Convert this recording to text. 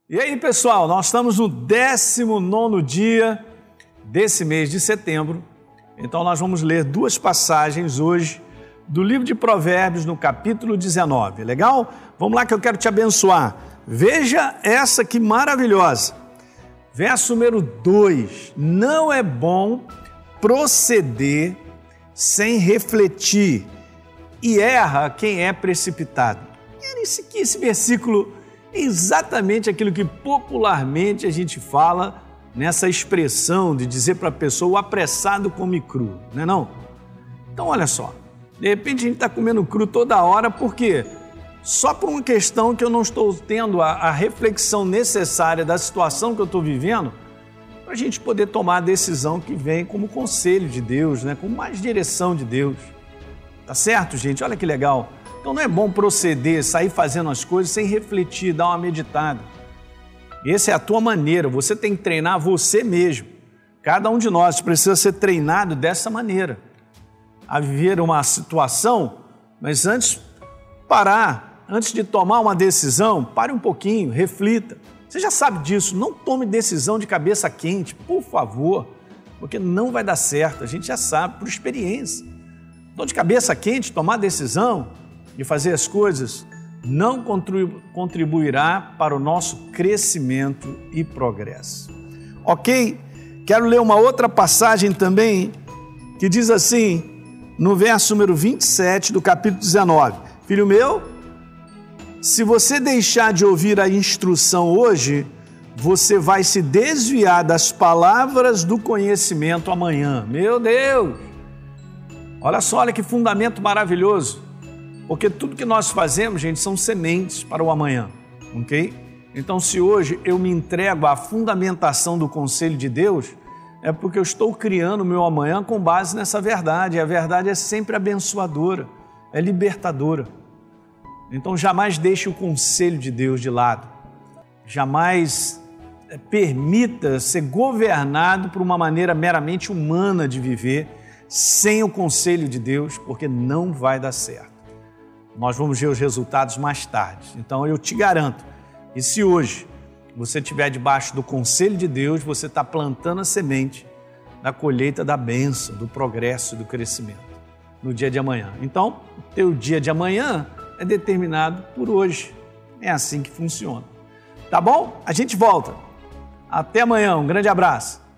E aí, pessoal, nós estamos no 19º dia desse mês de setembro. Então, nós vamos ler duas passagens hoje do livro de Provérbios, no capítulo 19. Legal? Vamos lá que eu quero te abençoar. Veja essa que maravilhosa. Verso número 2. Não é bom proceder sem refletir, e erra quem é precipitado. Esse versículo é exatamente aquilo que popularmente a gente fala nessa expressão de dizer para a pessoa: o apressado come cru, não é não? Então olha só, de repente a gente está comendo cru toda hora, por quê? Só por uma questão que eu não estou tendo a reflexão necessária da situação que eu estou vivendo para a gente poder tomar a decisão que vem como conselho de Deus, né? Como mais direção de Deus. Tá certo, gente? Olha que legal. Então não é bom proceder, sair fazendo as coisas sem refletir, dar uma meditada. Essa é a tua maneira, você tem que treinar você mesmo. Cada um de nós precisa ser treinado dessa maneira. A viver uma situação, mas antes de tomar uma decisão, pare um pouquinho, reflita. Você já sabe disso, não tome decisão de cabeça quente, por favor, porque não vai dar certo, a gente já sabe por experiência. Então, de cabeça quente, tomar decisão de fazer as coisas não contribuirá para o nosso crescimento e progresso. Ok? Quero ler uma outra passagem também que diz assim, no verso número 27 do capítulo 19. Filho meu, se você deixar de ouvir a instrução hoje, você vai se desviar das palavras do conhecimento amanhã. Meu Deus! Olha só, olha que fundamento maravilhoso. Porque tudo que nós fazemos, gente, são sementes para o amanhã, ok? Então, se hoje eu me entrego à fundamentação do conselho de Deus, é porque eu estou criando o meu amanhã com base nessa verdade. E a verdade é sempre abençoadora, é libertadora. Então, jamais deixe o conselho de Deus de lado. Jamais permita ser governado por uma maneira meramente humana de viver, sem o conselho de Deus, porque não vai dar certo. Nós vamos ver os resultados mais tarde. Então eu te garanto, e se hoje você estiver debaixo do conselho de Deus, você está plantando a semente da colheita da bênção, do progresso e do crescimento no dia de amanhã. Então, o teu dia de amanhã é determinado por hoje. É assim que funciona. Tá bom? A gente volta. Até amanhã. Um grande abraço.